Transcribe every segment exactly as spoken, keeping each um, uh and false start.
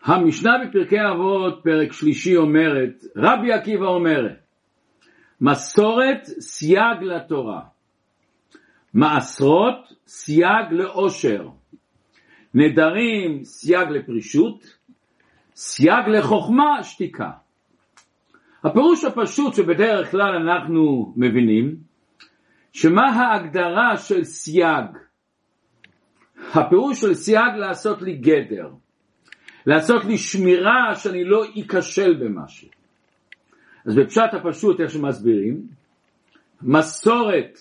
המשנה בפרקי אבות פרק שלישי אומרת, רבי עקיבא אומר, מסורת סייג לתורה, מעשרות סייג לאושר, נדרים סייג לפרישות, סייג לחוכמה שתיקה. הפירוש הפשוט שבדרך כלל אנחנו מבינים, שמה ההגדרה של סייג? הפירוש של סייג לעשות לי גדר, לעשות לי שמירה שאני לא אכשל במשהו. אז בפשט הפשוט איך שמסבירים, מסורת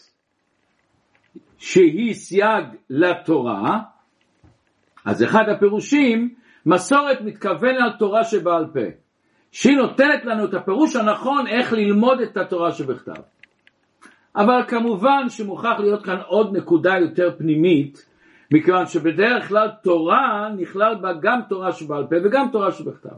שהיא סייג לתורה, אז אחד הפירושים, מסורת מתכוון על תורה שבעל פה, שהיא נותנת לנו את הפירוש הנכון איך ללמוד את התורה שבכתב. אבל כמובן שמוכרח להיות כאן עוד נקודה יותר פנימית, מכיוון שבדרך כלל תורה נכלל בה גם תורה שבעל פה וגם תורה שבכתב.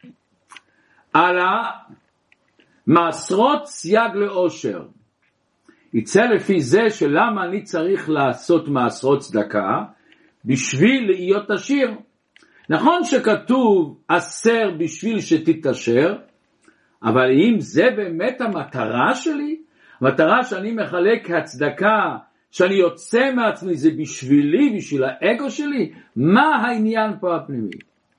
הלאה, מעשרות סייג לאושר. יצא לפי זה שלמה אני צריך לעשות מעשרות צדקה, בשביל להיות עשיר. נכון שכתוב עשר בשביל שתתעשר, אבל אם זה באמת המטרה שלי, המטרה שאני מחלק הצדקה, שאני יוצא מעצמי, זה בשבילי, בשביל האגו שלי, מה העניין פה הפנימי?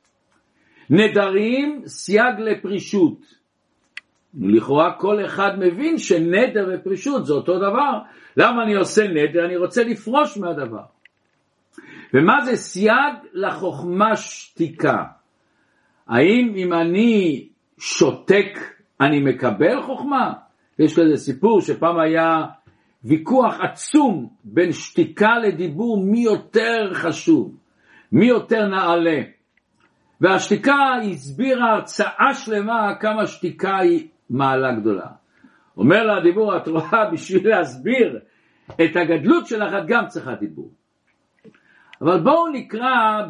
נדרים סייג לפרישות. לכאורה כל אחד מבין שנדר ופרישות זה אותו דבר. למה אני עושה נדר? אני רוצה לפרוש מהדבר. ומה זה סייג לחוכמה שתיקה? האם אם אני שותק אני מקבל חוכמה? יש כזה סיפור שפעם היה ויכוח עצום בין שתיקה לדיבור, מי יותר חשוב, מי יותר נעלה. והשתיקה הסבירה הרצאה שלמה כמה שתיקה היא מעלה גדולה. אומר לה הדיבור, את רואה, בשביל להסביר את הגדלות שלך את גם צריכה דיבור. אבל בואו נקרא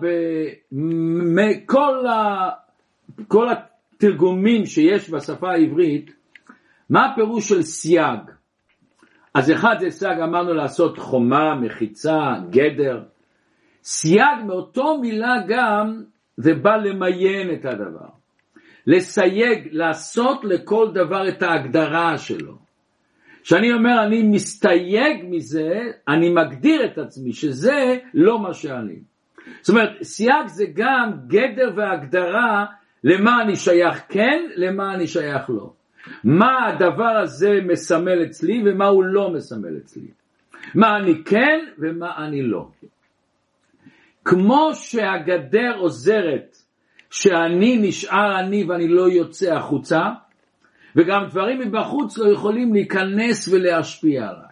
בכל ה... כל התרגומים שיש בשפה העברית, מה הפירוש של סייג? אז אחד זה סייג, אמרנו לעשות חומה, מחיצה, גדר. סייג מאותו מילה גם, זה בא למיין את הדבר. לסייג, לעשות לכל דבר את ההגדרה שלו. כשאני אומר אני מסתייג מזה, אני מגדיר את עצמי שזה לא מה שאני. זאת אומרת, סייג זה גם גדר והגדרה למה אני שייך כן, למה אני שייך לא. מה הדבר הזה מסמל אצלי ומה הוא לא מסמל אצלי. מה אני כן ומה אני לא. כמו שהגדר עוזרת שאני נשאר אני ואני לא יוצא החוצה, וגם דברים מבחוץ לא יכולים להיכנס ולהשפיע עליי.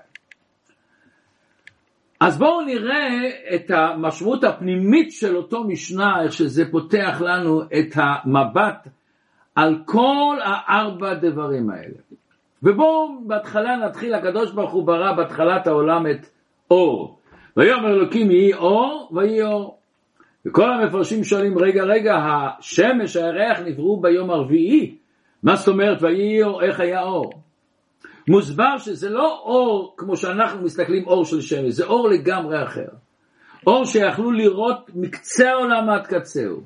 אז בואו נראה את המשמעות הפנימית של אותו משנה, איך שזה פותח לנו את המבט על כל הארבע דברים האלה. ובואו בהתחלה נתחיל, הקדוש ברוך הוא ברא בהתחלת העולם את אור. ויאמר אלוקים יהי אור ויהי אור. וכל המפרשים שואלים, רגע רגע, השמש, הירח נבראו ביום הרביעי. מה זאת אומרת ויהי אור, איך היה אור? מוסבר שזה לא אור כמו שאנחנו מסתכלים אור של שמש, זה אור לגמרי אחר. אור שיכלו לראות מקצה העולם עד קצהו.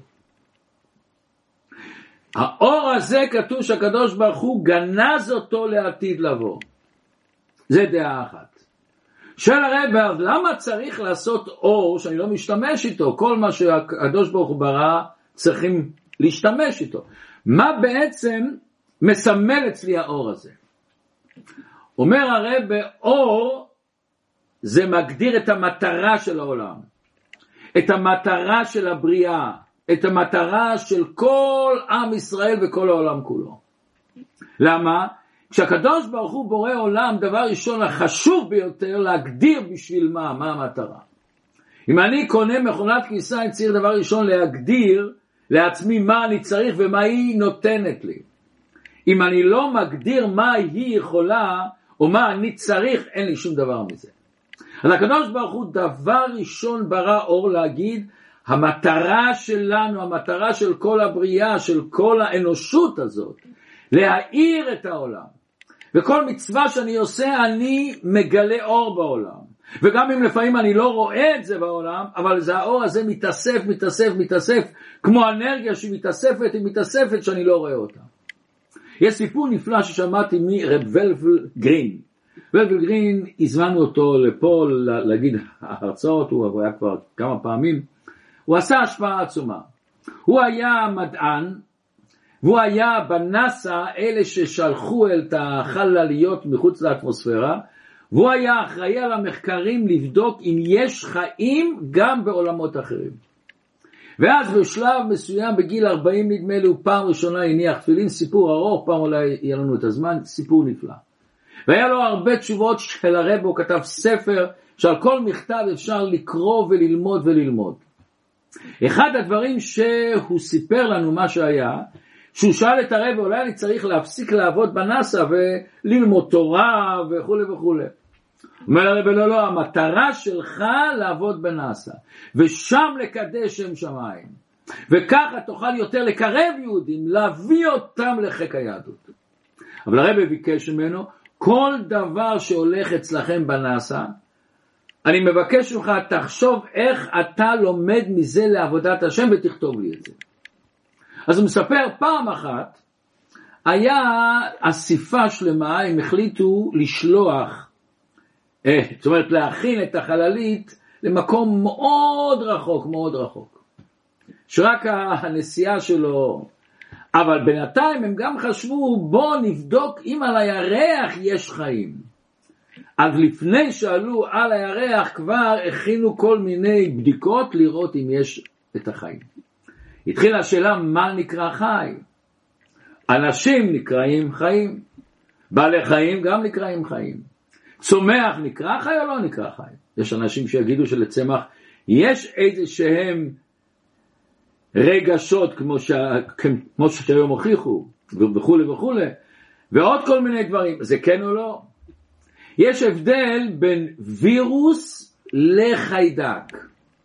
האור הזה כתוב שהקדוש ברוך הוא גנז אותו לעתיד לבוא. זה דעה אחת. שואל הרב, למה צריך לעשות אור שאני לא משתמש איתו? כל מה שהקדוש ברוך הוא ברא צריכים להשתמש איתו. מה בעצם מסמל אצלי האור הזה? אומר הרב, אור זה מגדיר את המטרה של העולם, את המטרה של הבריאה, את המטרה של כל עם ישראל וכל העולם כולו. למה? כשהקדוש ברוך הוא בורא עולם, דבר ראשון החשוב ביותר להגדיר בשביל מה, מה המטרה. אם אני קונה מכונת כביסה, אני צריך דבר ראשון להגדיר לעצמי מה אני צריך ומה היא נותנת לי. אם אני לא מגדיר מה היא יכולה או מה אני צריך, אין לי שום דבר מזה. אז הקדוש ברוך הוא דבר ראשון ברא אור להגיד, המטרה שלנו, המטרה של כל הבריאה, של כל האנושות הזאת, להאיר את העולם. וכל מצווה שאני עושה, אני מגלה אור בעולם. וגם אם לפעמים אני לא רואה את זה בעולם, אבל זה האור הזה מתאסף, מתאסף, מתאסף, כמו אנרגיה שהיא מתאספת, היא מתאספת שאני לא רואה אותה. יש סיפור נפלא ששמעתי מרב ולבל גרין. ולבל גרין, הזמנו אותו לפה להגיד הרצאות, הוא היה כבר כמה פעמים, הוא עשה השפעה עצומה. הוא היה מדען, והוא היה בנאסא, אלה ששלחו את החלליות מחוץ לאטמוספירה, והוא היה אחראי על המחקרים לבדוק אם יש חיים גם בעולמות אחרים. ואז בשלב מסוים בגיל ארבעים נדמה לי הוא פעם ראשונה הניח תפילין, סיפור ארוך, פעם אולי יהיה לנו את הזמן, סיפור נפלא. והיה לו הרבה תשובות של הרב, הוא כתב ספר שעל כל מכתב אפשר לקרוא וללמוד וללמוד. אחד הדברים שהוא סיפר לנו מה שהיה, שהוא שאל את הרב, אולי אני צריך להפסיק לעבוד בנאסא וללמוד תורה וכו' וכו'. אומר הרב, לא, לא, המטרה שלך לעבוד בנאסא, ושם לקדש שם שמיים, וככה תוכל יותר לקרב יהודים, להביא אותם לחק היהדות. אבל הרב ביקש ממנו, כל דבר שהולך אצלכם בנאסא, אני מבקש ממך, תחשוב איך אתה לומד מזה לעבודת השם, ותכתוב לי את זה. אז הוא מספר פעם אחת, היה אסיפה שלמה, הם החליטו לשלוח, אה, זאת אומרת להכין את החללית למקום מאוד רחוק, מאוד רחוק. שרק הנסיעה שלו, אבל בינתיים הם גם חשבו, בוא נבדוק אם על הירח יש חיים. אז לפני שעלו על הירח כבר הכינו כל מיני בדיקות לראות אם יש את החיים. התחילה השאלה מה נקרא חי. אנשים נקראים חיים, בעלי חיים גם נקראים חיים. צומח נקרא חי או לא נקרא חי? יש אנשים שיגידו שלצמח יש איזה שהם רגשות כמו, ש... כמו שהיום הוכיחו וכו' וכו', ועוד כל מיני דברים. זה כן או לא? יש הבדל בין וירוס לחיידק.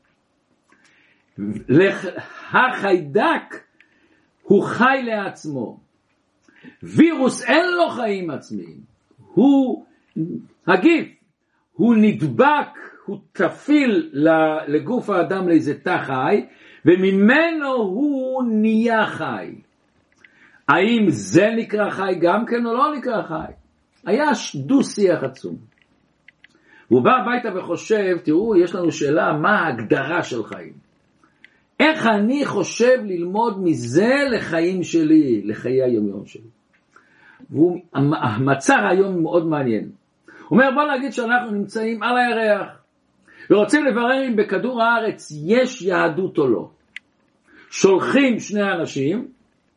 החיידק הוא חי לעצמו. וירוס אין לו חיים עצמיים. הוא הגיף. הוא נדבק, הוא תפיל לגוף האדם לאיזה תא חי, וממנו הוא נהיה חי. האם זה נקרא חי גם כן או לא נקרא חי? היה דו שיח עצום. הוא בא הביתה וחושב, תראו, יש לנו שאלה, מה ההגדרה של חיים? איך אני חושב ללמוד מזה לחיים שלי, לחיי היומיום שלי? והוא מצא רעיון מאוד מעניין. הוא אומר, בוא נגיד שאנחנו נמצאים על הירח, ורוצים לברר אם בכדור הארץ יש יהדות או לא. שולחים שני אנשים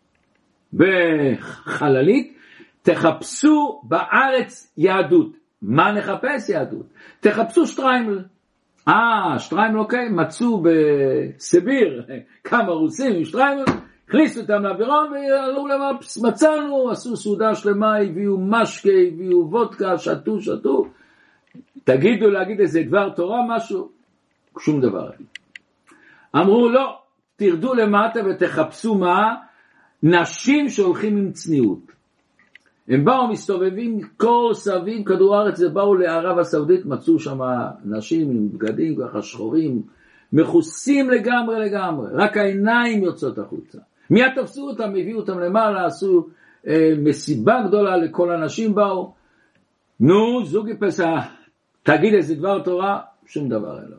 בחללית, תחפשו בארץ יהדות. מה נחפש יהדות? תחפשו שטריימל. אה, שטריימל אוקיי, מצאו בסיביר כמה רוסים עם שטריימל, הכניסו אותם לאווירון ועלו למה מצאנו, עשו סעודה שלמה, הביאו משקה, הביאו וודקה, שתו, שתו. תגידו להגיד איזה דבר תורה משהו? שום דבר. אמרו לא, תרדו למטה ותחפשו מה? נשים שהולכים עם צניעות. הם באו מסתובבים כל סביב כדור הארץ, זה באו לערב הסעודית, מצאו שם נשים עם בגדים ככה שחורים, מכוסים לגמרי לגמרי, רק העיניים יוצאות החוצה. מיד תפסו אותם, הביאו אותם למעלה, עשו אה, מסיבה גדולה לכל הנשים באו, נו זוגי פסח, תגיד איזה דבר תורה, שום דבר אלו.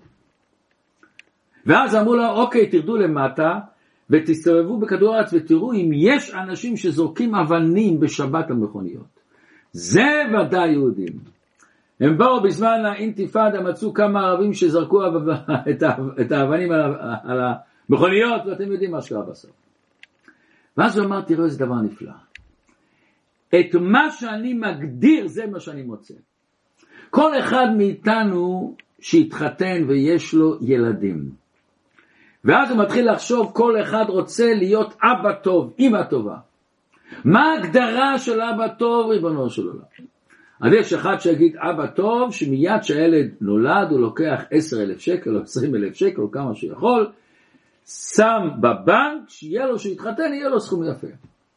ואז אמרו לה, אוקיי, תרדו למטה, ותסתובבו בכדור הארץ ותראו אם יש אנשים שזורקים אבנים בשבת המכוניות. זה ודאי יהודים. הם באו בזמן האינתיפאדה, מצאו כמה ערבים שזרקו את האבנים על המכוניות, ואתם יודעים מה שקרה בסוף. ואז הוא אמר, תראו איזה דבר נפלא. את מה שאני מגדיר זה מה שאני מוצא. כל אחד מאיתנו שהתחתן ויש לו ילדים. ואז הוא מתחיל לחשוב, כל אחד רוצה להיות אבא טוב, אמא טובה. מה ההגדרה של אבא טוב, ריבונו של עולם? אז יש אחד שיגיד אבא טוב, שמיד שהילד נולד, הוא לוקח עשרת אלפים שקל או עשרים אלף שקל או כמה שיכול, שם בבנק, שיהיה לו שיתחתן, יהיה לו סכום יפה.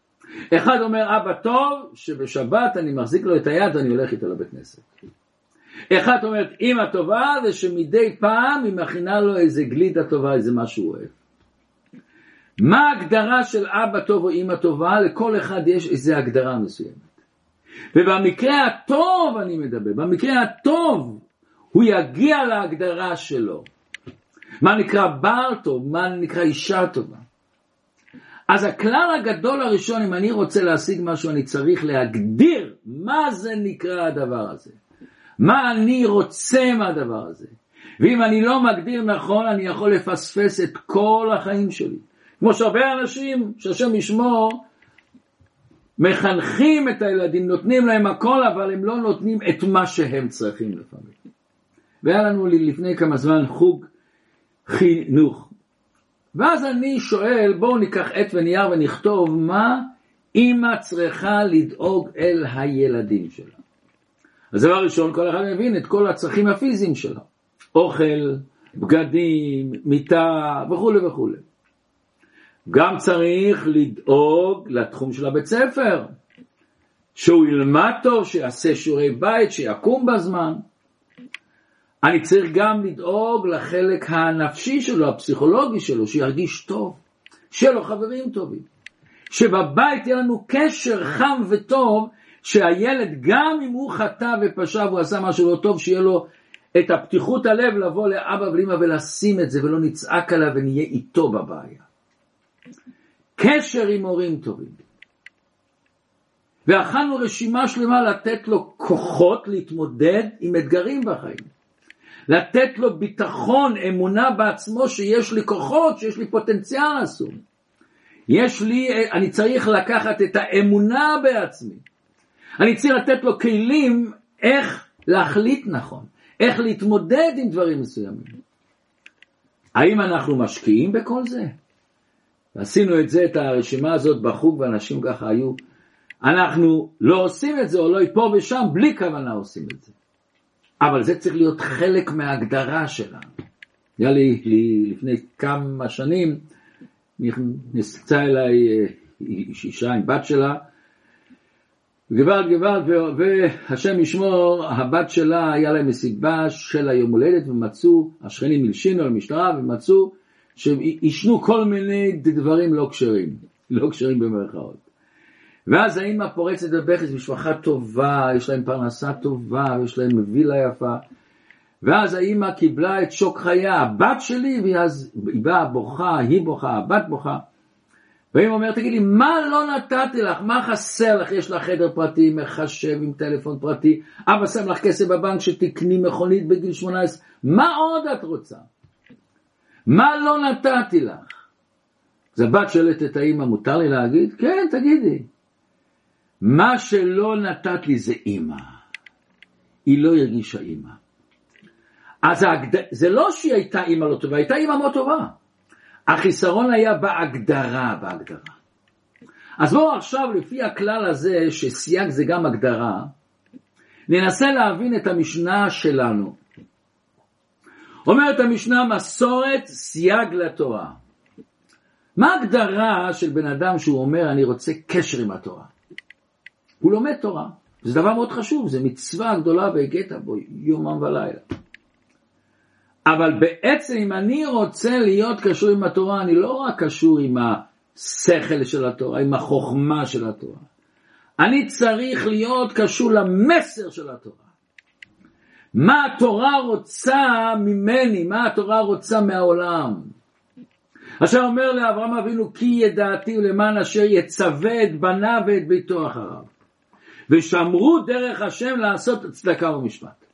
אחד אומר אבא טוב, שבשבת אני מחזיק לו את היד ואני הולך איתו לבית כנסת. אחד אומרת, אמא טובה, זה שמדי פעם היא מכינה לו איזה גלידה טובה, איזה משהו אוהב. מה ההגדרה של אבא טוב או אמא טובה? לכל אחד יש איזו הגדרה מסוימת. ובמקרה הטוב אני מדבר, במקרה הטוב הוא יגיע להגדרה שלו. מה נקרא בעל טוב, מה נקרא אישה טובה. אז הכלל הגדול הראשון, אם אני רוצה להשיג משהו, אני צריך להגדיר מה זה נקרא הדבר הזה. מה אני רוצה מהדבר הזה. ואם אני לא מגדיר נכון, אני יכול לפספס את כל החיים שלי. כמו שהרבה אנשים, שהשם ישמור, מחנכים את הילדים, נותנים להם הכל, אבל הם לא נותנים את מה שהם צריכים לפעמים. והיה לנו לפני כמה זמן חוג חינוך. ואז אני שואל, בואו ניקח עט ונייר ונכתוב מה אמא צריכה לדאוג אל הילדים שלה. אז דבר ראשון, כל אחד מבין את כל הצרכים הפיזיים שלה. אוכל, בגדים, מיטה וכו' וכו'. גם צריך לדאוג לתחום של הבית ספר. שהוא ילמד טוב, שיעשה שיעורי בית, שיקום בזמן. אני צריך גם לדאוג לחלק הנפשי שלו, הפסיכולוגי שלו, שירגיש טוב. שיהיה לו חברים טובים. שבבית יהיה לנו קשר חם וטוב, שהילד גם אם הוא חטא ופשע והוא עשה משהו לא טוב, שיהיה לו את הפתיחות הלב לבוא לאבא ולאמא ולשים את זה ולא נצעק עליו ונהיה איתו בבעיה. קשר עם הורים טובים. והכנו רשימה שלמה לתת לו כוחות להתמודד עם אתגרים בחיים. לתת לו ביטחון, אמונה בעצמו שיש לי כוחות, שיש לי פוטנציאל עצום. יש לי, אני צריך לקחת את האמונה בעצמי. אני צריך לתת לו כלים איך להחליט נכון, איך להתמודד עם דברים מסוימים. האם אנחנו משקיעים בכל זה? ועשינו את זה, את הרשימה הזאת בחוג, ואנשים ככה היו, אנחנו לא עושים את זה, או לא פה ושם, בלי כוונה עושים את זה. אבל זה צריך להיות חלק מההגדרה שלנו. היה לי, לי לפני כמה שנים, נכנסה אליי אישה עם בת שלה, גברת גברת, והשם ישמור, הבת שלה היה להם מסיבה של היום הולדת, ומצאו, השכנים מלשינו על המשטרה, ומצאו שישנו כל מיני דברים לא קשרים, לא קשרים במרכאות. ואז האמא פורצת בבכי, משפחה טובה, יש להם פרנסה טובה, יש להם וילה יפה. ואז האמא קיבלה את שוק חייה, הבת שלי, ואז היא באה בוכה, היא בוכה, הבת בוכה. והאמא אומרת, תגידי, מה לא נתתי לך? מה חסר לך? יש לך חדר פרטי, מחשב עם טלפון פרטי, אבא שם לך כסף בבנק שתקני מכונית בגיל שמונה עשרה, מה עוד את רוצה? מה לא נתתי לך? אז הבת שואלת את האמא, מותר לי להגיד? כן, תגידי. מה שלא נתת לי זה אמא. היא לא הרגישה אמא. אז ההגד... זה לא שהיא הייתה אמא לא טובה, הייתה אמא מאוד טובה. החיסרון היה בהגדרה, בהגדרה. אז בואו עכשיו לפי הכלל הזה, שסייג זה גם הגדרה, ננסה להבין את המשנה שלנו. אומרת המשנה, מסורת סייג לתורה. מה ההגדרה של בן אדם שהוא אומר, אני רוצה קשר עם התורה? הוא לומד תורה. זה דבר מאוד חשוב, זה מצווה גדולה והגעת בו יומם ולילה. אבל בעצם אם אני רוצה להיות קשור עם התורה, אני לא רק קשור עם השכל של התורה, עם החוכמה של התורה. אני צריך להיות קשור למסר של התורה. מה התורה רוצה ממני, מה התורה רוצה מהעולם. עכשיו אומר לאברהם אבינו, כי ידעתי ולמען אשר יצווה את בניו ואת ביתו אחריו. ושמרו דרך השם לעשות צדקה ומשפט.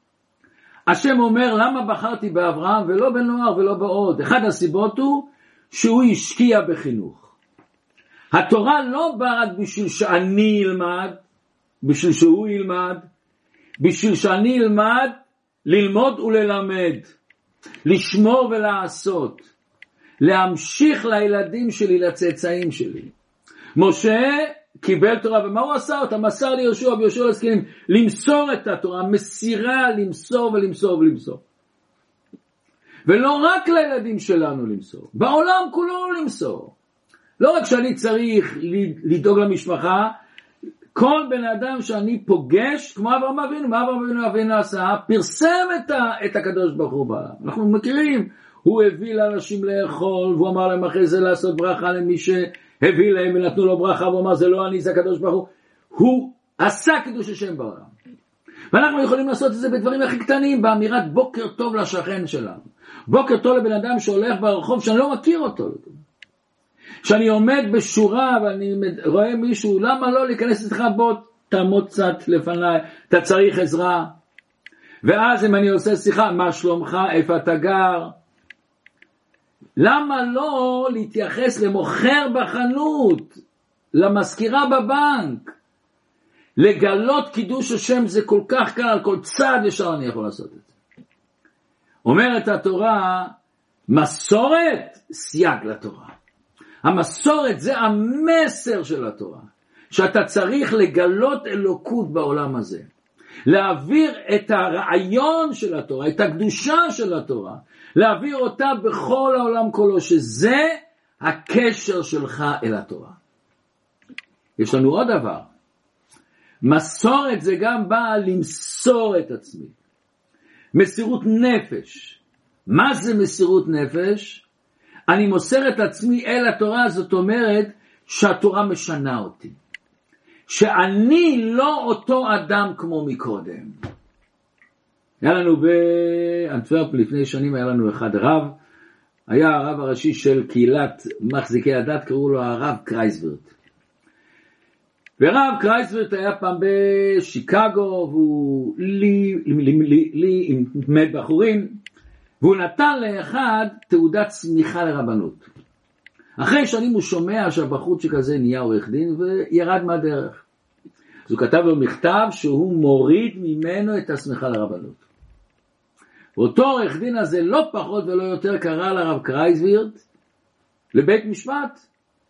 השם אומר, למה בחרתי באברהם ולא בנוער ולא בעוד? אחד הסיבות הוא שהוא השקיע בחינוך. התורה לא באה רק בשביל שאני אלמד, בשביל שהוא ילמד, בשביל שאני אלמד, ללמוד וללמד, לשמור ולעשות, להמשיך לילדים שלי, לצאצאים שלי. משה קיבל תורה, ומה הוא עשה אותה? מסר ליהושע ויהושע לזקנים, למסור את התורה, מסירה, למסור ולמסור ולמסור. ולא רק לילדים שלנו למסור, בעולם כולו למסור. לא רק שאני צריך לדאוג למשפחה, כל בן אדם שאני פוגש, כמו אברהם אבינו, מה אברהם אבינו אבינו עשה? פרסם את, ה, את הקדוש ברוך הוא בעולם. אנחנו מכירים, הוא הביא לאנשים לאכול, והוא אמר להם אחרי זה לעשות ברכה למי שהביא להם ונתנו לו ברכה, והוא אמר זה לא אני, זה הקדוש ברוך הוא. הוא עשה קידוש השם בעולם. ואנחנו יכולים לעשות את זה בדברים הכי קטנים, באמירת בוקר טוב לשכן שלנו. בוקר טוב לבן אדם שהולך ברחוב שאני לא מכיר אותו. כשאני עומד בשורה ואני רואה מישהו, למה לא להיכנס איתך, בוא תעמוד קצת לפניי, אתה צריך עזרה. ואז אם אני עושה שיחה, מה שלומך, איפה אתה גר? למה לא להתייחס למוכר בחנות, למזכירה בבנק? לגלות קידוש השם זה כל כך קל, על כל צעד ישר אני יכול לעשות את זה. אומרת התורה, מסורת סייג לתורה. המסורת זה המסר של התורה, שאתה צריך לגלות אלוקות בעולם הזה, להעביר את הרעיון של התורה, את הקדושה של התורה, להעביר אותה בכל העולם כולו, שזה הקשר שלך אל התורה. יש לנו עוד דבר, מסורת זה גם בא למסור את עצמי, מסירות נפש. מה זה מסירות נפש? אני מוסר את עצמי אל התורה, זאת אומרת שהתורה משנה אותי. שאני לא אותו אדם כמו מקודם. היה לנו באנטוורפ לפני שנים, היה לנו אחד רב, היה הרב הראשי של קהילת מחזיקי הדת, קראו לו הרב קרייסברט. ורב קרייסברט היה פעם בשיקגו, והוא לי, לי, לי, לי עם מת בחורים, והוא נתן לאחד תעודת צמיחה לרבנות. אחרי שנים הוא שומע שהבחור שכזה נהיה עורך דין וירד מהדרך. אז הוא כתב לו מכתב שהוא מוריד ממנו את הצמיחה לרבנות. ואותו עורך דין הזה לא פחות ולא יותר קרא לרב קרייסברט לבית משפט.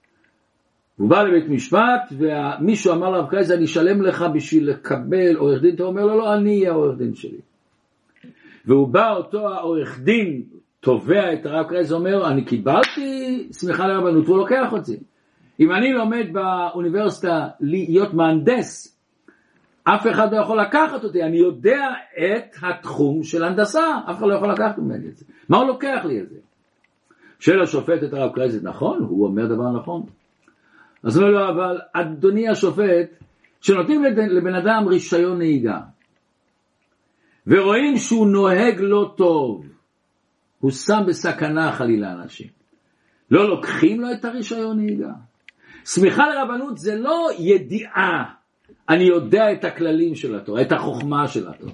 הוא בא לבית משפט ומישהו אמר לרב קרייסברט, אני אשלם לך בשביל לקבל עורך דין. אתה אומר לו, לא, אני אהיה העורך דין שלי. והוא בא אותו העורך דין, תובע את הרב קרייסברט, אומר, אני קיבלתי צמיחה לרבנות, והוא לוקח אותי. אם אני לומד באוניברסיטה להיות מהנדס, אף אחד לא יכול לקחת אותי, אני יודע את התחום של הנדסה, אף אחד לא יכול לקחת ממני את זה. מה הוא לוקח לי את זה? שאל השופט את הרב קרייסברט, נכון, הוא אומר דבר נכון. אז לא, לא, אבל אדוני השופט, שנותנים לבן אדם רישיון נהיגה, ורואים שהוא נוהג לא טוב, הוא שם בסכנה חלילה אנשים. לא לוקחים לו את הרישיון נהיגה. סמיכה לרבנות זה לא ידיעה, אני יודע את הכללים של התורה, את החוכמה של התורה.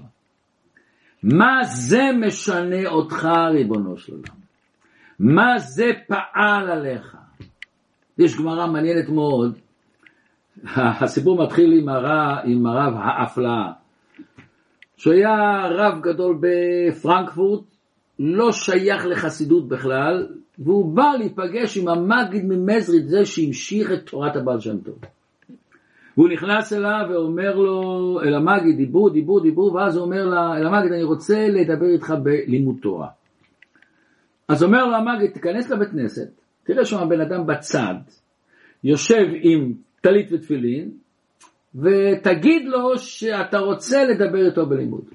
מה זה משנה אותך, ריבונו של עולם? מה זה פעל עליך? יש גמרא מעניינת מאוד, הסיפור מתחיל עם הרב, עם הרב האפלה, שהיה רב גדול בפרנקפורט, לא שייך לחסידות בכלל, והוא בא להיפגש עם המגיד ממזריד, זה שהמשיך את תורת הבעל שם טוב. והוא נכנס אליו ואומר לו, אל המגיד, דיבור, דיבור, דיבור, ואז הוא אומר לה, אל המגיד, אני רוצה לדבר איתך בלימוד תורה. אז אומר לו המגיד, תיכנס לבית כנסת, תראה שם בן אדם בצד, יושב עם טלית ותפילין, ותגיד לו שאתה רוצה לדבר איתו בלימוד.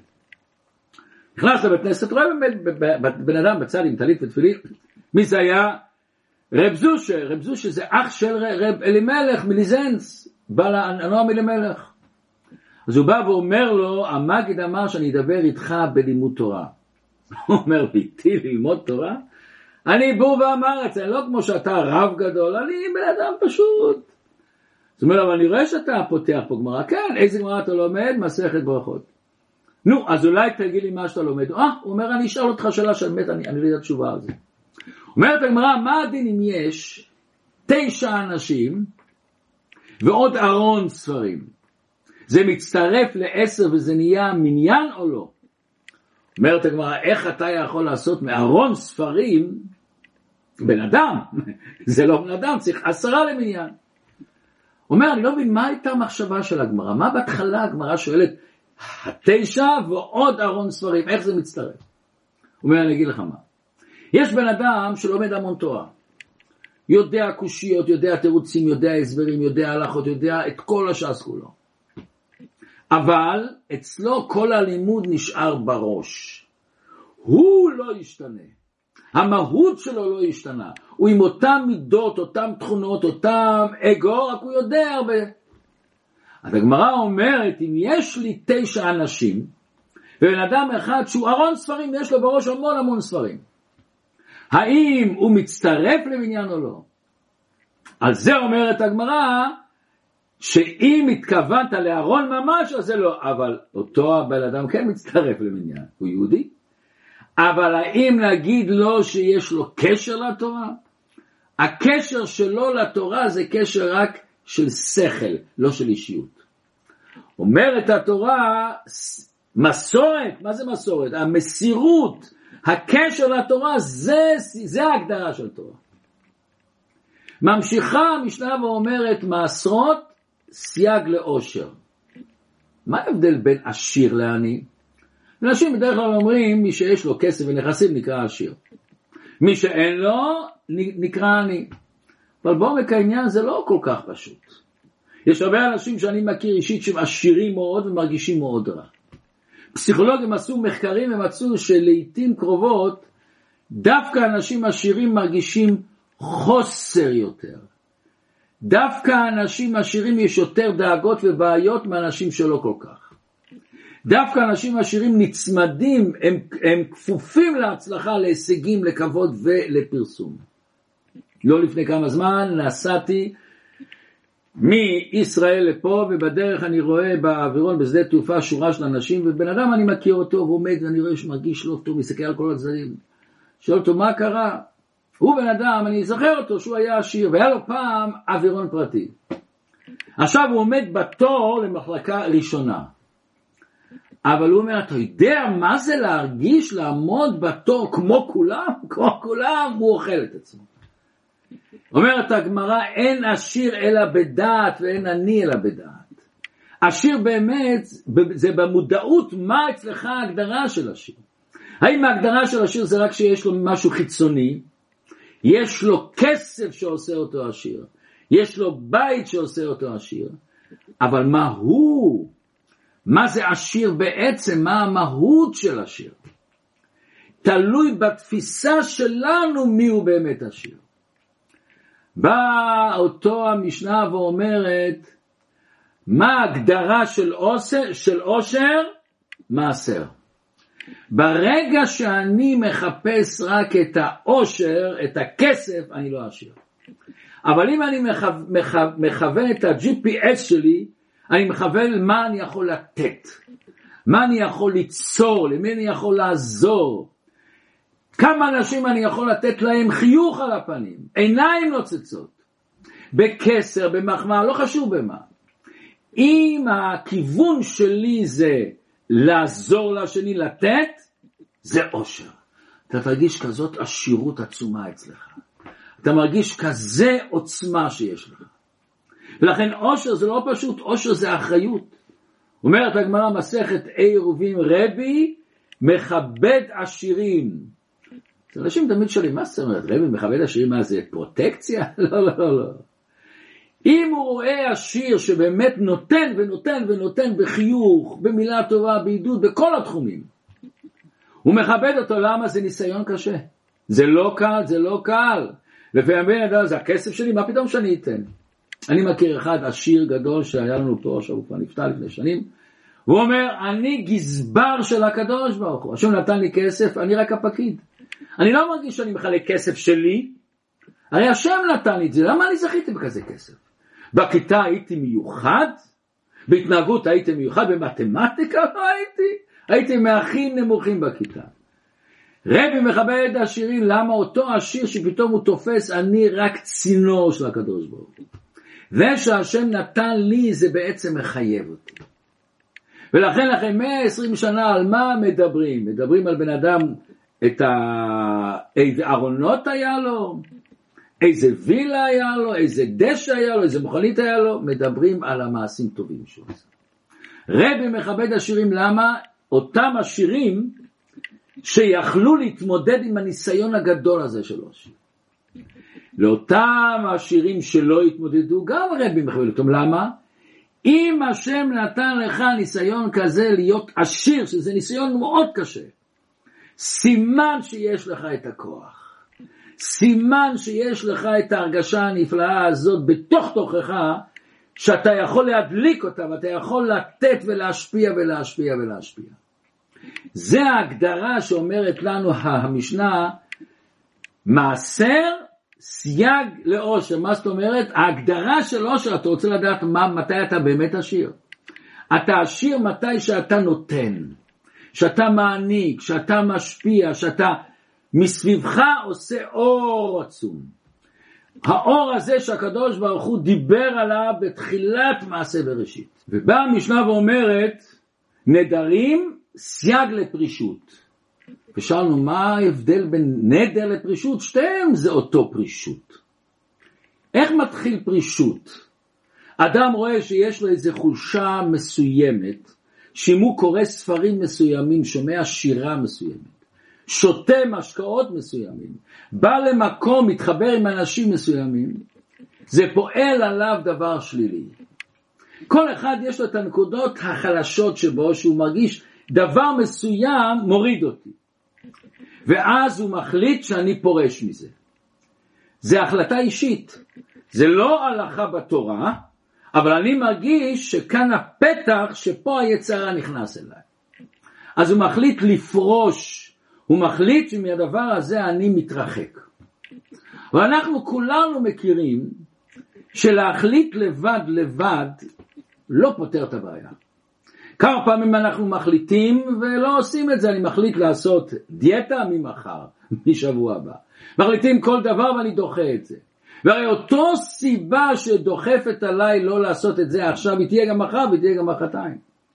נכנס לבית כנסת, רואה באמת בן אדם בצד עם טלית ותפילין, מי זה היה? רב זושה, רב זושה זה אח של רב אלימלך מליזנס, בא לנועם אלימלך. אז הוא בא ואומר לו, המגיד אמר שאני אדבר איתך בלימוד תורה. הוא אומר, איתי ללמוד תורה? אני בור ואמרץ, אני לא כמו שאתה רב גדול, אני בן אדם פשוט. זאת אומרת, אבל אני רואה שאתה פותח פה גמרא, כן, איזה גמרא אתה לומד? מסכת ברכות. נו, אז אולי תגיד לי מה שאתה לומד. אה, הוא אומר, אני אשאל אותך שאלה שבאמת, אני, אני לא יודע תשובה על זה. אומרת הגמרא, מה הדין אם יש תשע אנשים ועוד ארון ספרים? זה מצטרף לעשר וזה נהיה מניין או לא? אומרת הגמרא, איך אתה יכול לעשות מארון ספרים בן אדם? זה לא בן אדם, צריך עשרה למניין. אומר, אני לא מבין, מה הייתה המחשבה של הגמרא? מה בהתחלה הגמרא שואלת, התשע ועוד ארון ספרים, איך זה מצטרף? הוא אומר, אני אגיד לך מה. יש בן אדם שלומד המון תורה. יודע קושיות, יודע תירוצים, יודע הסברים, יודע הלכות, יודע את כל הש"ס כולו. אבל אצלו כל הלימוד נשאר בראש. הוא לא ישתנה. המהות שלו לא ישתנה. הוא עם אותם מידות, אותם תכונות, אותם אגו, רק הוא יודע הרבה. אז הגמרא אומרת, אם יש לי תשע אנשים, ובן אדם אחד שהוא ארון ספרים, יש לו בראש המון המון ספרים. האם הוא מצטרף למניין או לא? על זה אומרת הגמרא, שאם התכוונת לארון ממש, אז זה לא, אבל אותו הבן אדם כן מצטרף למניין, הוא יהודי. אבל האם להגיד לו שיש לו קשר לתורה? הקשר שלו לתורה זה קשר רק של שכל, לא של אישיות. אומרת התורה, מסורת, מה זה מסורת? המסירות, הקשר לתורה, זה, זה ההגדרה של תורה. ממשיכה המשנה ואומרת, מעשרות, סייג לאושר. מה ההבדל בין עשיר לעני? אנשים בדרך כלל אומרים, מי שיש לו כסף ונכסים נקרא עשיר. מי שאין לו, נקרא עני. אבל בעומק העניין זה לא כל כך פשוט. יש הרבה אנשים שאני מכיר אישית שהם עשירים מאוד ומרגישים מאוד רע. פסיכולוגים עשו מחקרים ומצאו שלעיתים קרובות, דווקא אנשים עשירים מרגישים חוסר יותר. דווקא אנשים עשירים יש יותר דאגות ובעיות מאנשים שלא כל כך. דווקא אנשים עשירים נצמדים, הם, הם כפופים להצלחה, להישגים, לכבוד ולפרסום. לא לפני כמה זמן נסעתי מישראל לפה, ובדרך אני רואה באווירון בשדה תעופה שורה של אנשים, ובן אדם אני מכיר אותו, והוא עומד ואני רואה שמרגיש לא טוב, מסתכל על כל הצדדים. שואל אותו מה קרה? הוא בן אדם, אני זוכר אותו שהוא היה עשיר, והיה לו פעם אווירון פרטי. עכשיו הוא עומד בתור למחלקה ראשונה. אבל הוא אומר, אתה יודע מה זה להרגיש לעמוד בתור כמו כולם? כמו כולם, הוא אוכל את עצמו. אומרת הגמרא, אין עשיר אלא בדעת ואין עני אלא בדעת. עשיר באמת, זה במודעות מה אצלך ההגדרה של עשיר. האם ההגדרה של עשיר זה רק שיש לו משהו חיצוני? יש לו כסף שעושה אותו עשיר. יש לו בית שעושה אותו עשיר. אבל מה הוא? מה זה עשיר בעצם? מה המהות של עשיר? תלוי בתפיסה שלנו מי הוא באמת עשיר. באה אותו המשנה ואומרת, מה ההגדרה של עושר? של עושר? מעשר. ברגע שאני מחפש רק את העושר, את הכסף, אני לא עשיר. אבל אם אני מכוון את ה-ג'י פי אס שלי, אני מכוון מה אני יכול לתת, מה אני יכול ליצור, למי אני יכול לעזור, כמה אנשים אני יכול לתת להם חיוך על הפנים, עיניים נוצצות, בכסר, במחמאה, לא חשוב במה. אם הכיוון שלי זה לעזור לשני, לתת, זה עושר. אתה תרגיש כזאת עשירות עצומה אצלך. אתה מרגיש כזה עוצמה שיש לך. ולכן עושר זה לא פשוט, עושר זה אחריות. אומרת הגמרא מסכת עירובין, רבי מכבד עשירים. אנשים תמיד שואלים, מה זאת אומרת? רבי מכבד עשירים, מה זה פרוטקציה? לא, לא, לא, לא. אם הוא רואה עשיר שבאמת נותן ונותן ונותן בחיוך, במילה טובה, בעידוד, בכל התחומים, הוא מכבד אותו. למה? זה ניסיון קשה. זה לא קל, זה לא קל. לפעמים אדם, זה הכסף שלי, מה פתאום שאני אתן? אני מכיר אחד עשיר גדול שהיה לנו פה, עכשיו הוא כבר נפטר לפני שנים, הוא אומר, אני גזבר של הקדוש ברוך הוא, השם נתן לי כסף, אני רק הפקיד. אני לא מרגיש שאני מחלק כסף שלי, הרי השם נתן לי את זה, למה אני זכיתי בכזה כסף? בכיתה הייתי מיוחד, בהתנהגות הייתי מיוחד, במתמטיקה לא הייתי, הייתי מהכי נמוכים בכיתה. רבי מכבד עשירים, למה אותו עשיר שפתאום הוא תופס, אני רק צינור של הקדוש ברוך הוא. ושהשם נתן לי זה בעצם מחייב אותי. ולכן לכם מאה ועשרים שנה על מה מדברים? מדברים על בן אדם, את ה... איזה ארונות היה לו, איזה וילה היה לו, איזה דשא היה לו, איזה מכונית היה לו, מדברים על המעשים טובים שהוא עושה. רבי מכבד עשירים, למה? אותם עשירים שיכלו להתמודד עם הניסיון הגדול הזה של עשיר. לאותם העשירים שלא התמודדו, גם רבי מכבד אותם. למה? אם השם נתן לך ניסיון כזה להיות עשיר, שזה ניסיון מאוד קשה, סימן שיש לך את הכוח, סימן שיש לך את ההרגשה הנפלאה הזאת בתוך תוכך, שאתה יכול להדליק אותה, ואתה יכול לתת ולהשפיע ולהשפיע ולהשפיע. זה ההגדרה שאומרת לנו המשנה, מעשר סייג לאושר. מה זאת אומרת? ההגדרה של אושר, אתה רוצה לדעת מה, מתי אתה באמת עשיר. אתה עשיר מתי שאתה נותן, שאתה מעניק, שאתה משפיע, שאתה מסביבך עושה אור עצום. האור הזה שהקדוש ברוך הוא דיבר עליו בתחילת מעשה בראשית. ובאה המשנה ואומרת, נדרים סייג לפרישות. ושאלנו מה ההבדל בין נדר לפרישות? שתיהם זה אותו פרישות. איך מתחיל פרישות? אדם רואה שיש לו איזו חולשה מסוימת, שאם הוא קורא ספרים מסוימים, שומע שירה מסוימת, שותה משקאות מסוימים, בא למקום, מתחבר עם אנשים מסוימים, זה פועל עליו דבר שלילי. כל אחד יש לו את הנקודות החלשות שבו, שהוא מרגיש דבר מסוים מוריד אותי. ואז הוא מחליט שאני פורש מזה. זה החלטה אישית. זה לא הלכה בתורה, אבל אני מרגיש שכאן הפתח שפה היצרה נכנס אליי. אז הוא מחליט לפרוש. הוא מחליט שמהדבר הזה אני מתרחק. ואנחנו כולנו מכירים שלהחליט לבד לבד לא פותר את הבעיה. כמה פעמים אנחנו מחליטים ולא עושים את זה. אני מחליט לעשות דיאטה ממחר, משבוע הבא. מחליטים כל דבר ואני דוחה את זה. והרי אותו סיבה שדוחפת עליי לא לעשות את זה עכשיו, היא תהיה גם מחר והיא תהיה גם מחרתיים.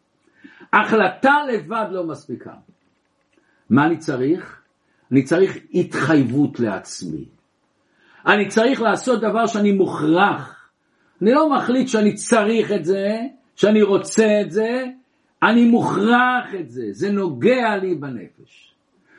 החלטה לבד לא מספיקה. מה אני צריך? אני צריך התחייבות לעצמי. אני צריך לעשות דבר שאני מוכרח. אני לא מחליט שאני צריך את זה, שאני רוצה את זה, אני מוכרח את זה. זה נוגע לי בנפש.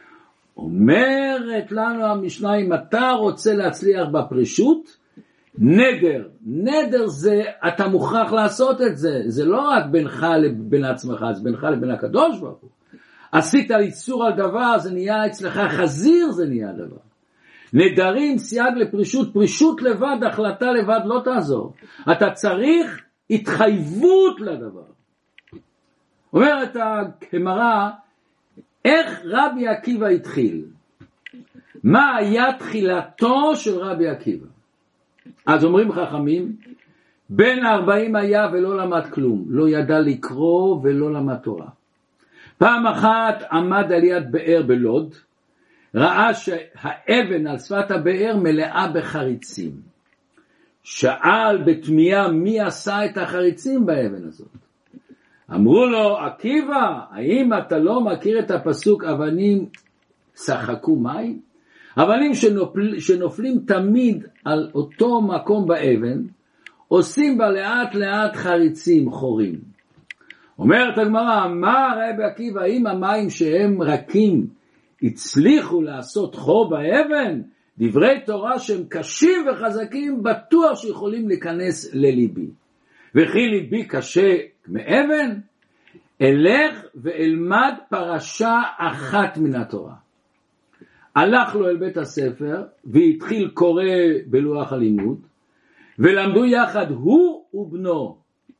אומרת לנו המשנה, אם אתה רוצה להצליח בפרישות, נדר. נדר זה, אתה מוכרח לעשות את זה. זה לא רק בינך לבין עצמך, זה בינך לבין הקדוש ברוך הוא. עשית איסור על דבר, זה נהיה אצלך חזיר, זה נהיה דבר. נדרים סייג לפרישות, פרישות לבד, החלטה לבד לא תעזור. אתה צריך התחייבות לדבר. אומרת הגמרא, איך רבי עקיבא התחיל? מה היה תחילתו של רבי עקיבא? אז אומרים חכמים, בן ארבעים היה ולא למד כלום, לא ידע לקרוא ולא למד תורה. פעם אחת עמד על יד באר בלוד, ראה שהאבן על שפת הבאר מלאה בחריצים. שאל בתמיהה מי עשה את החריצים באבן הזאת. אמרו לו, עקיבא, האם אתה לא מכיר את הפסוק אבנים שחקו מים? אבנים שנופל, שנופלים תמיד על אותו מקום באבן, עושים בה לאט לאט חריצים חורים. אומרת הגמרא, מה רבי עקיבא, האם המים שהם רכים הצליחו לעשות חור באבן? דברי תורה שהם קשים וחזקים, בטוח שיכולים להיכנס לליבי. וכי ליבי קשה מאבן? אלך ואלמד פרשה אחת מן התורה. הלך לו אל בית הספר והתחיל קורא בלוח הלימוד, ולמדו יחד הוא ובנו.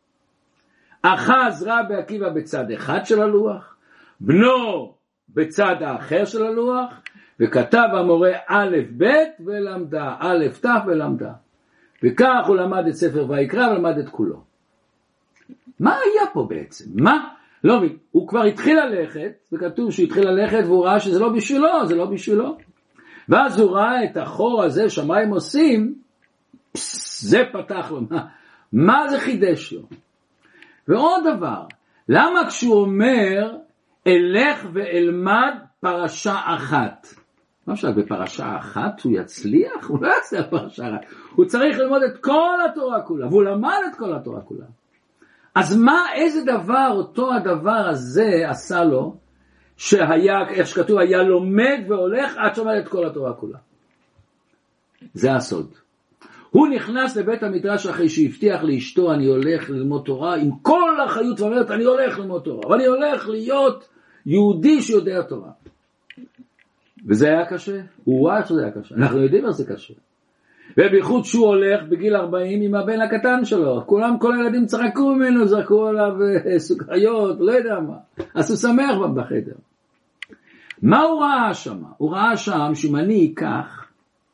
אחז רבי עקיבא בצד אחד של הלוח, בנו בצד האחר של הלוח, וכתב המורה א' ב' ולמדה, א' ת' ולמדה. וכך הוא למד את ספר ויקרא ולמד את כולו. מה היה פה בעצם? מה? לא, הוא כבר התחיל ללכת, וכתוב שהוא התחיל ללכת והוא ראה שזה לא בשבילו, זה לא בשבילו. ואז הוא ראה את החור הזה שמיים עושים, פס, זה פתח לו, מה, מה זה חידש לו? ועוד דבר, למה כשהוא אומר, אלך ואלמד פרשה אחת? למשל, בפרשה אחת הוא יצליח? הוא לא יצליח פרשה אחת. הוא צריך ללמוד את כל התורה כולה, והוא למד את כל התורה כולה. אז מה, איזה דבר, אותו הדבר הזה עשה לו, שהיה, איך שכתוב, היה לומד והולך עד שמד את כל התורה כולה. זה הסוד. הוא נכנס לבית המדרש אחרי שהבטיח לאשתו, אני הולך ללמוד תורה, עם כל החיות ואומרת, אני הולך ללמוד תורה, ואני הולך להיות יהודי שיודע תורה. וזה היה קשה, הוא ראה איך זה היה קשה, אנחנו יודעים איך זה קשה. ובייחוד שהוא הולך בגיל ארבעים עם הבן הקטן שלו, כולם, כל הילדים צחקו ממנו, זרקו עליו סוכריות, לא יודע מה, אז הוא שמח בחדר. מה הוא ראה שם? הוא ראה שם שאם אני אקח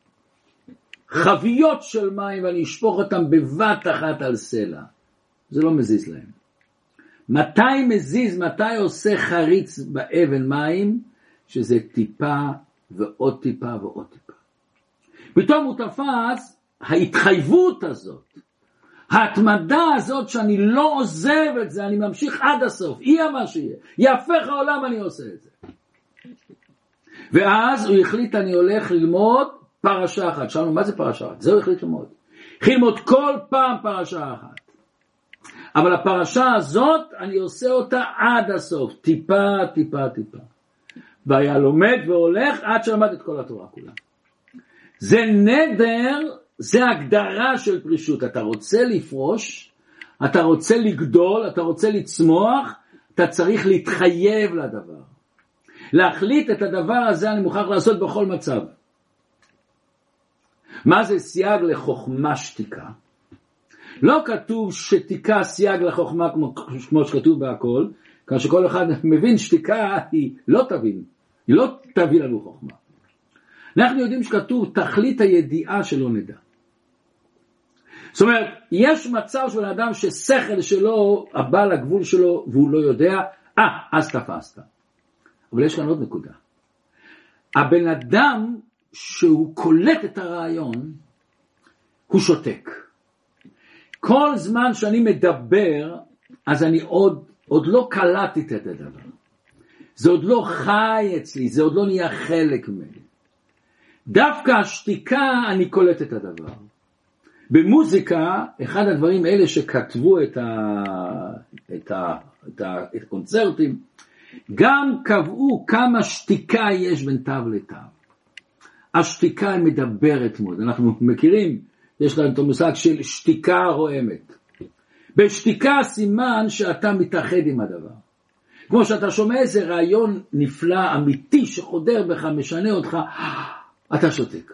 חביות של מים ואני אשפוך אותם בבת אחת על סלע, זה לא מזיז להם. מתי מזיז, מתי עושה חריץ באבן מים? שזה טיפה ועוד טיפה ועוד טיפה. פתאום הוא תפס ההתחייבות הזאת, ההתמדה הזאת שאני לא עוזב את זה, אני ממשיך עד הסוף, יהיה מה שיהיה, יהפך העולם, אני עושה את זה. ואז הוא החליט, אני הולך ללמוד פרשה אחת. שאלנו, מה זה פרשה אחת? זה הוא החליט ללמוד. החליט ללמוד כל פעם פרשה אחת. אבל הפרשה הזאת, אני עושה אותה עד הסוף, טיפה, טיפה, טיפה. והיה לומד והולך עד שלמד את כל התורה כולה. זה נדר, זה הגדרה של פרישות. אתה רוצה לפרוש, אתה רוצה לגדול, אתה רוצה לצמוח, אתה צריך להתחייב לדבר. להחליט את הדבר הזה אני מוכרח לעשות בכל מצב. מה זה סייג לחוכמה שתיקה? לא כתוב שתיקה סייג לחוכמה כמו, כמו שכתוב בהכל, כאשר שכל אחד מבין שתיקה היא לא תבין, היא לא תביא לנו חוכמה. אנחנו יודעים שכתוב תכלית הידיעה שלא נדע. זאת אומרת, יש מצב של אדם ששכל שלו, הבא לגבול שלו, והוא לא יודע, אה, אז תפסת. אבל יש כאן עוד נקודה. הבן אדם שהוא קולט את הרעיון, הוא שותק. כל זמן שאני מדבר, אז אני עוד, עוד לא קלטתי את הדבר. זה עוד לא חי אצלי, זה עוד לא נהיה חלק ממני. דווקא השתיקה אני קולט את הדבר. במוזיקה, אחד הדברים האלה שכתבו את, ה, את, ה, את, ה, את הקונצרטים, גם קבעו כמה שתיקה יש בין תו לתו. השתיקה מדברת מאוד. אנחנו מכירים, יש לנו את המושג של שתיקה רועמת. בשתיקה סימן שאתה מתאחד עם הדבר. כמו שאתה שומע איזה רעיון נפלא, אמיתי, שחודר בך, משנה אותך, אתה שותק.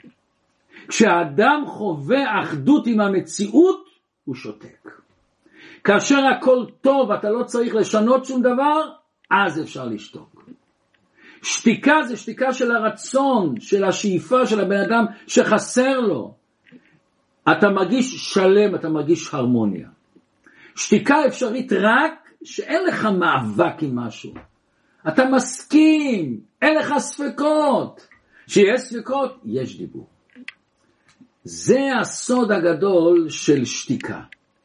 כשאדם חווה אחדות עם המציאות, הוא שותק. כאשר הכל טוב, אתה לא צריך לשנות שום דבר, אז אפשר לשתוק. שתיקה זה שתיקה של הרצון, של השאיפה של הבן אדם שחסר לו. אתה מרגיש שלם, אתה מרגיש הרמוניה. שתיקה אפשרית רק שאין לך מאבק עם משהו. אתה מסכים, אין לך ספקות. שיש ספקות, יש דיבור. זה הסוד הגדול של שתיקה.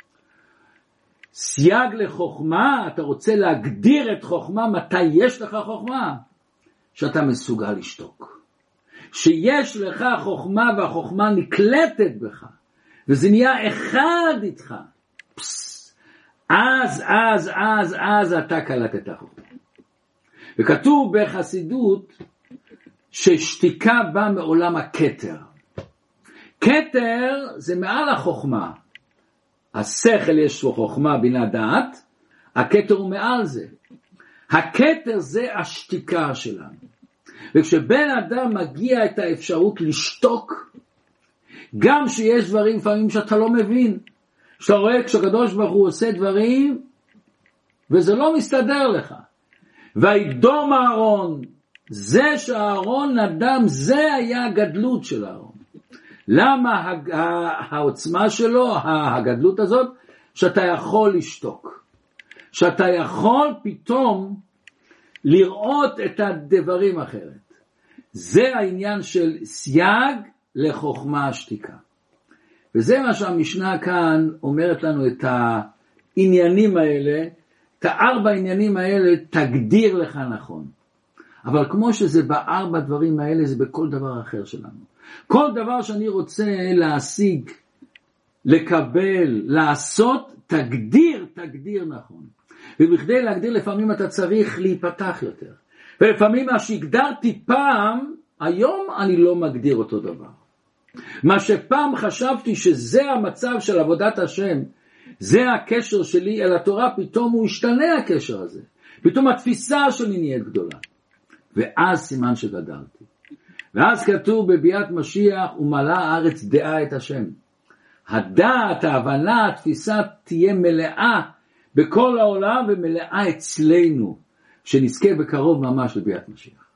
סייג לחוכמה, אתה רוצה להגדיר את חוכמה, מתי יש לך חוכמה? שאתה מסוגל לשתוק. שיש לך חוכמה והחוכמה נקלטת בך, וזה נהיה אחד איתך. פס. אז, אז, אז, אז אתה קלטת חוכמה. וכתוב בחסידות ששתיקה באה מעולם הכתר. כתר זה מעל החוכמה. השכל יש לו חוכמה בינה דעת, הכתר הוא מעל זה. הכתר זה השתיקה שלנו. וכשבן אדם מגיע את האפשרות לשתוק, גם שיש דברים לפעמים שאתה לא מבין, שאתה רואה כשהקדוש ברוך הוא עושה דברים, וזה לא מסתדר לך. וידום אהרון, זה שהאהרון נדם, זה היה הגדלות של האהרון. למה העוצמה שלו, הגדלות הזאת, שאתה יכול לשתוק. שאתה יכול פתאום לראות את הדברים אחרת. זה העניין של סייג לחוכמה השתיקה. וזה מה שהמשנה כאן אומרת לנו את העניינים האלה, את הארבע עניינים האלה תגדיר לך נכון. אבל כמו שזה בארבע דברים האלה, זה בכל דבר אחר שלנו. כל דבר שאני רוצה להשיג, לקבל, לעשות, תגדיר, תגדיר נכון. ובכדי להגדיר לפעמים אתה צריך להיפתח יותר. ולפעמים מה שהגדרתי פעם, היום אני לא מגדיר אותו דבר. מה שפעם חשבתי שזה המצב של עבודת השם, זה הקשר שלי אל התורה, פתאום הוא השתנה הקשר הזה. פתאום התפיסה שלי נהיית גדולה. ואז סימן שגדלתי. ואז כתוב בביאת משיח, ומלאה הארץ דעה את השם. הדעת, ההבנה, התפיסה תהיה מלאה בכל העולם ומלאה אצלנו, שנזכה בקרוב ממש לביאת משיח.